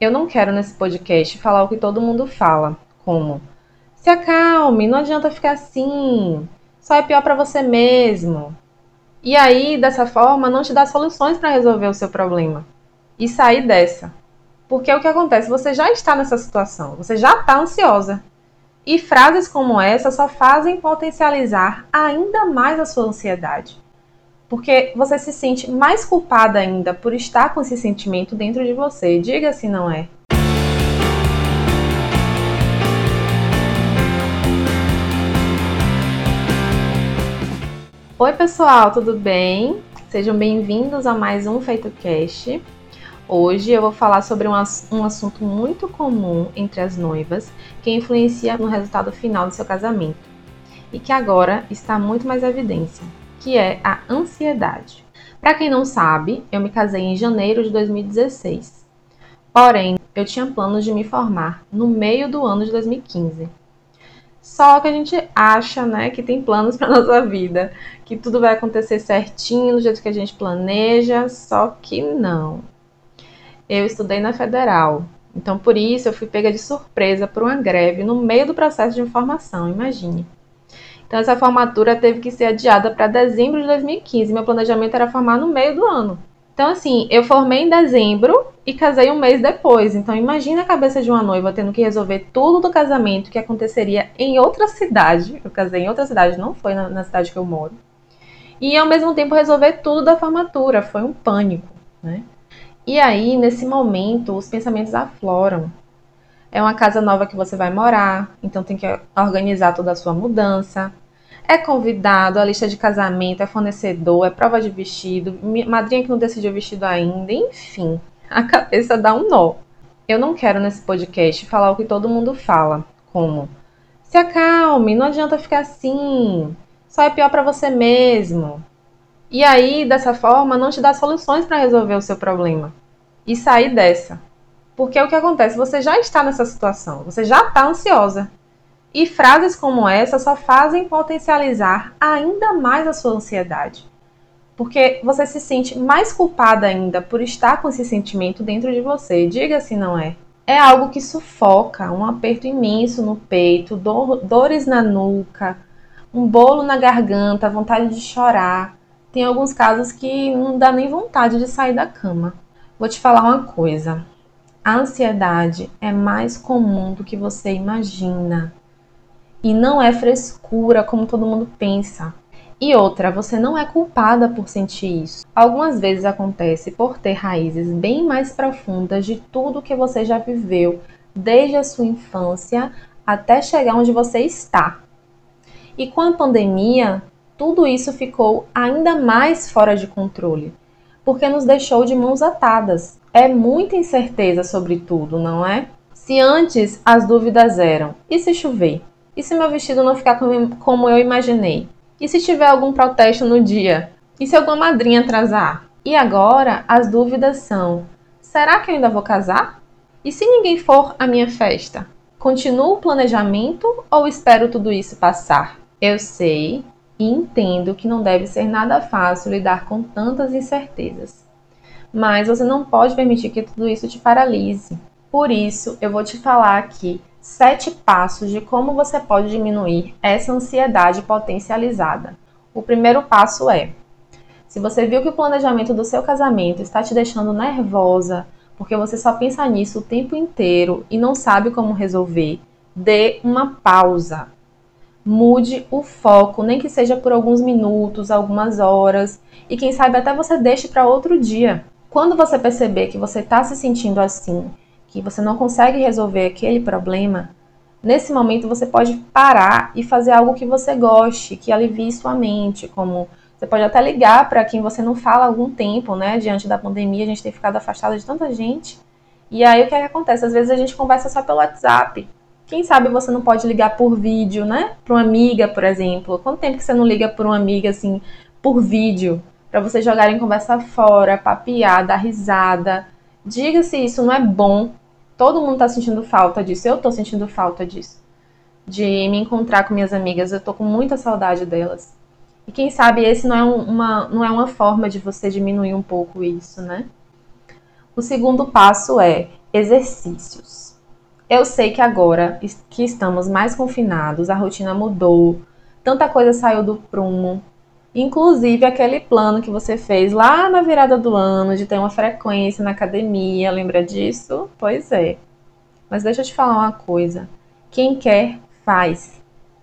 Eu não quero nesse podcast falar o que todo mundo fala, como: se acalme, não adianta ficar assim, só é pior para você mesmo. E aí, dessa forma, não te dá soluções para resolver o seu problema e sair dessa. Porque o que acontece? Você já está nessa situação, você já está ansiosa. E frases como essa só fazem potencializar ainda mais a sua ansiedade. Porque você se sente mais culpada ainda por estar com esse sentimento dentro de você. Diga se não é. Oi pessoal, tudo bem? Sejam bem-vindos a mais um FeitoCast. Hoje eu vou falar sobre um assunto muito comum entre as noivas que influencia no resultado final do seu casamento e que agora está muito mais em evidência, que é a ansiedade. Para quem não sabe, eu me casei em janeiro de 2016. Porém, eu tinha planos de me formar no meio do ano de 2015. Só que a gente acha, né, que tem planos para nossa vida, que tudo vai acontecer certinho, do jeito que a gente planeja, só que não. Eu estudei na Federal, então por isso eu fui pega de surpresa por uma greve no meio do processo de formação, imagine. Então essa formatura teve que ser adiada para dezembro de 2015, meu planejamento era formar no meio do ano. Então assim, eu formei em dezembro e casei um mês depois, então imagina a cabeça de uma noiva tendo que resolver tudo do casamento que aconteceria em outra cidade. Eu casei em outra cidade, não foi na cidade que eu moro. E ao mesmo tempo resolver tudo da formatura, foi um pânico, né? E aí, nesse momento, os pensamentos afloram. É uma casa nova que você vai morar, então tem que organizar toda a sua mudança. É convidado, a lista de casamento, é fornecedor, é prova de vestido, madrinha que não decidiu o vestido ainda, enfim. A cabeça dá um nó. Eu não quero nesse podcast falar o que todo mundo fala, como: se acalme, não adianta ficar assim, só é pior para você mesmo. E aí, dessa forma, não te dá soluções para resolver o seu problema e sair dessa. Porque o que acontece? Você já está nessa situação, você já está ansiosa. E frases como essa só fazem potencializar ainda mais a sua ansiedade. Porque você se sente mais culpada ainda por estar com esse sentimento dentro de você. Diga se não é. É algo que sufoca, um aperto imenso no peito, dores na nuca, um bolo na garganta, vontade de chorar. Tem alguns casos que não dá nem vontade de sair da cama. Vou te falar uma coisa. A ansiedade é mais comum do que você imagina. E não é frescura como todo mundo pensa. E outra, você não é culpada por sentir isso. Algumas vezes acontece por ter raízes bem mais profundas de tudo que você já viveu, desde a sua infância até chegar onde você está. E com a pandemia, tudo isso ficou ainda mais fora de controle, porque nos deixou de mãos atadas. É muita incerteza sobre tudo, não é? Se antes as dúvidas eram: e se chover? E se meu vestido não ficar como eu imaginei? E se tiver algum protesto no dia? E se alguma madrinha atrasar? E agora as dúvidas são: será que eu ainda vou casar? E se ninguém for à minha festa? Continuo o planejamento ou espero tudo isso passar? Eu sei e entendo que não deve ser nada fácil lidar com tantas incertezas. Mas você não pode permitir que tudo isso te paralise. Por isso, eu vou te falar aqui 7 passos de como você pode diminuir essa ansiedade potencializada. O primeiro passo é: se você viu que o planejamento do seu casamento está te deixando nervosa, porque você só pensa nisso o tempo inteiro e não sabe como resolver, dê uma pausa. Mude o foco, nem que seja por alguns minutos, algumas horas, e quem sabe até você deixe para outro dia. Quando você perceber que você está se sentindo assim, que você não consegue resolver aquele problema, nesse momento você pode parar e fazer algo que você goste, que alivie sua mente, como você pode até ligar para quem você não fala há algum tempo, né? Diante da pandemia, a gente tem ficado afastado de tanta gente. E aí o que acontece? Às vezes a gente conversa só pelo WhatsApp. Quem sabe você não pode ligar por vídeo, né? Para uma amiga, por exemplo. Quanto tempo que você não liga por uma amiga, assim, por vídeo? Para vocês jogarem conversa fora, papear, dar risada. Diga se isso não é bom. Todo mundo tá sentindo falta disso. Eu tô sentindo falta disso. De me encontrar com minhas amigas. Eu tô com muita saudade delas. E quem sabe esse não é uma forma de você diminuir um pouco isso, né? O segundo passo é: Exercícios. Eu sei que agora que estamos mais confinados, a rotina mudou, tanta coisa saiu do prumo. Inclusive aquele plano que você fez lá na virada do ano de ter uma frequência na academia, lembra disso? Pois é. Mas deixa eu te falar uma coisa. Quem quer, faz.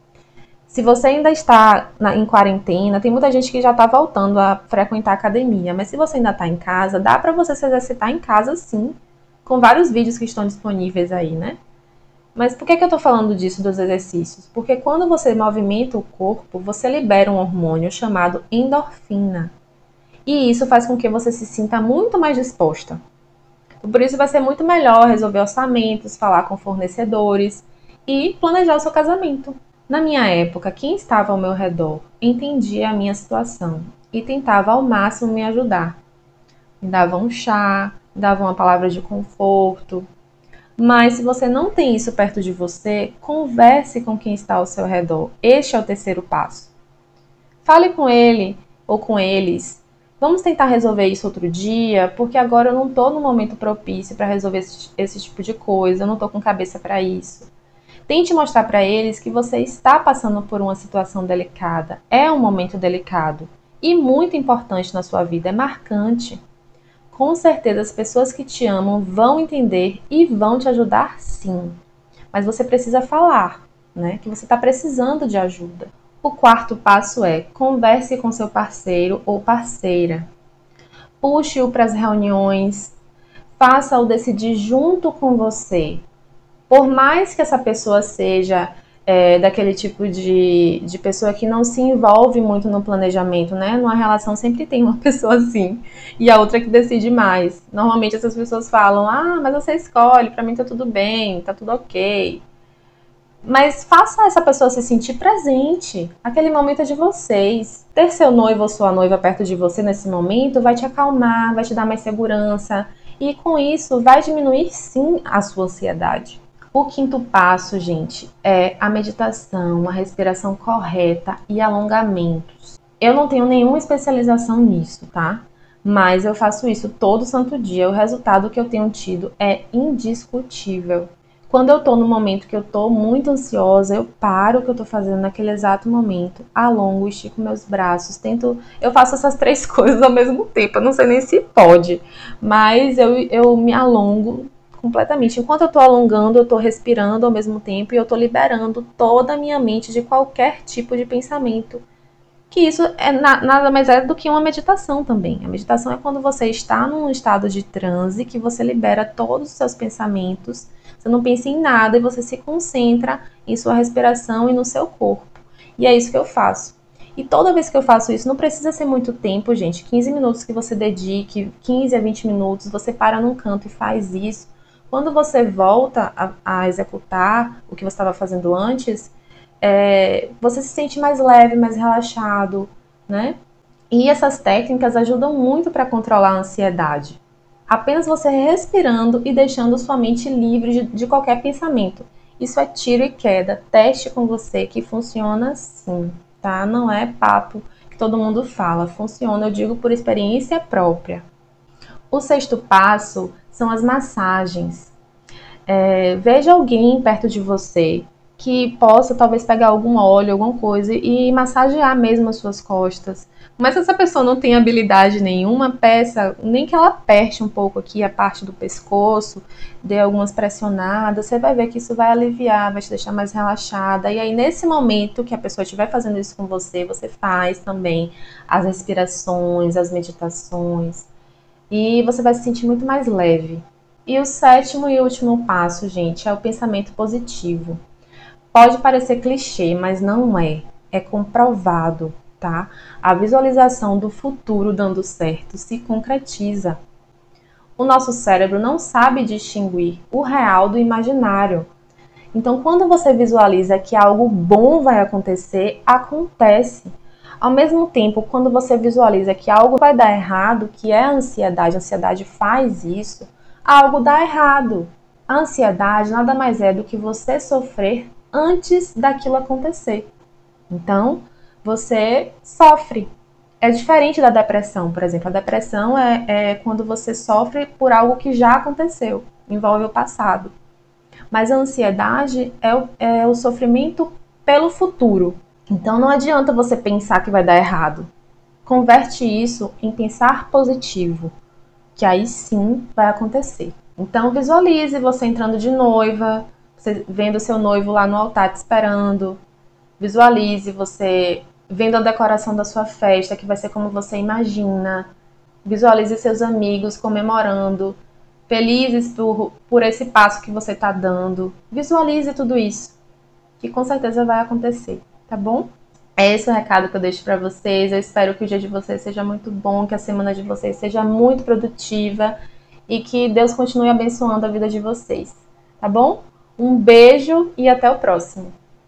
Se você ainda está em quarentena, tem muita gente que já está voltando a frequentar a academia, mas se você ainda está em casa, dá para você se exercitar em casa sim, com vários vídeos que estão disponíveis aí, né? Mas por que eu estou falando disso dos exercícios? Porque quando você movimenta o corpo, você libera um hormônio chamado endorfina. E isso faz com que você se sinta muito mais disposta. Por isso vai ser muito melhor resolver orçamentos, falar com fornecedores e planejar o seu casamento. Na minha época, quem estava ao meu redor entendia a minha situação e tentava ao máximo me ajudar. Me dava um chá, me dava uma palavra de conforto. Mas se você não tem isso perto de você, converse com quem está ao seu redor. Este é o terceiro passo. Fale com ele ou com eles. Vamos tentar resolver isso outro dia, porque agora eu não estou no momento propício para resolver esse tipo de coisa, eu não estou com cabeça para isso. Tente mostrar para eles que você está passando por uma situação delicada. É um momento delicado e muito importante na sua vida, é marcante. Com certeza as pessoas que te amam vão entender e vão te ajudar sim. Mas você precisa falar, né, que você está precisando de ajuda. O quarto passo é: converse com seu parceiro ou parceira. Puxe-o para as reuniões, faça-o decidir junto com você. Por mais que essa pessoa seja daquele tipo de pessoa que não se envolve muito no planejamento, né? Numa relação sempre tem uma pessoa assim e a outra que decide mais. Normalmente essas pessoas falam: ah, mas você escolhe, pra mim tá tudo bem, tá tudo ok. Mas faça essa pessoa se sentir presente. Aquele momento é de vocês. Ter seu noivo ou sua noiva perto de você nesse momento vai te acalmar, vai te dar mais segurança. E com isso vai diminuir sim a sua ansiedade. O quinto passo, gente, é a meditação, a respiração correta e alongamentos. Eu não tenho nenhuma especialização nisso, tá? Mas eu faço isso todo santo dia. O resultado que eu tenho tido é indiscutível. Quando eu tô no momento que eu tô muito ansiosa, eu paro o que eu tô fazendo naquele exato momento, alongo, estico meus braços, eu faço essas três coisas ao mesmo tempo. Eu não sei nem se pode, mas eu me alongo completamente. Enquanto eu tô alongando, eu tô respirando ao mesmo tempo e eu tô liberando toda a minha mente de qualquer tipo de pensamento. Que isso nada mais é do que uma meditação também. A meditação é quando você está num estado de transe, que você libera todos os seus pensamentos, você não pensa em nada e você se concentra em sua respiração e no seu corpo. E é isso que eu faço. E toda vez que eu faço isso, não precisa ser muito tempo, gente. 15 minutos que você dedique, 15 a 20 minutos, você para num canto e faz isso. Quando você volta a executar o que você estava fazendo antes, você se sente mais leve, mais relaxado, né? E essas técnicas ajudam muito para controlar a ansiedade. Apenas você respirando e deixando sua mente livre de qualquer pensamento. Isso é tiro e queda. Teste com você que funciona sim, tá? Não é papo que todo mundo fala. Funciona, eu digo por experiência própria. O sexto passo são as massagens. Veja alguém perto de você que possa talvez pegar algum óleo, alguma coisa e massagear mesmo as suas costas. Mas se essa pessoa não tem habilidade nenhuma, peça, nem que ela aperte um pouco aqui a parte do pescoço, dê algumas pressionadas, você vai ver que isso vai aliviar, vai te deixar mais relaxada. E aí nesse momento que a pessoa estiver fazendo isso com você, você faz também as respirações, as meditações. E você vai se sentir muito mais leve. E o sétimo e último passo, gente, é o pensamento positivo. Pode parecer clichê, mas não é. É comprovado, tá? A visualização do futuro dando certo se concretiza. O nosso cérebro não sabe distinguir o real do imaginário. Então, quando você visualiza que algo bom vai acontecer, acontece. Ao mesmo tempo, quando você visualiza que algo vai dar errado, que é a ansiedade faz isso, algo dá errado. A ansiedade nada mais é do que você sofrer antes daquilo acontecer. Então, você sofre. É diferente da depressão, por exemplo. A depressão é quando você sofre por algo que já aconteceu. envolve o passado. Mas a ansiedade é o sofrimento pelo futuro. Então não adianta você pensar que vai dar errado. Converte isso em pensar positivo, que aí sim vai acontecer. Então visualize você entrando de noiva, você vendo seu noivo lá no altar te esperando. Visualize você vendo a decoração da sua festa, que vai ser como você imagina. Visualize seus amigos comemorando, felizes por esse passo que você está dando. Visualize tudo isso, que com certeza vai acontecer, tá bom? É esse o recado que eu deixo para vocês. Eu espero que o dia de vocês seja muito bom, que a semana de vocês seja muito produtiva e que Deus continue abençoando a vida de vocês, tá bom? Um beijo e até o próximo.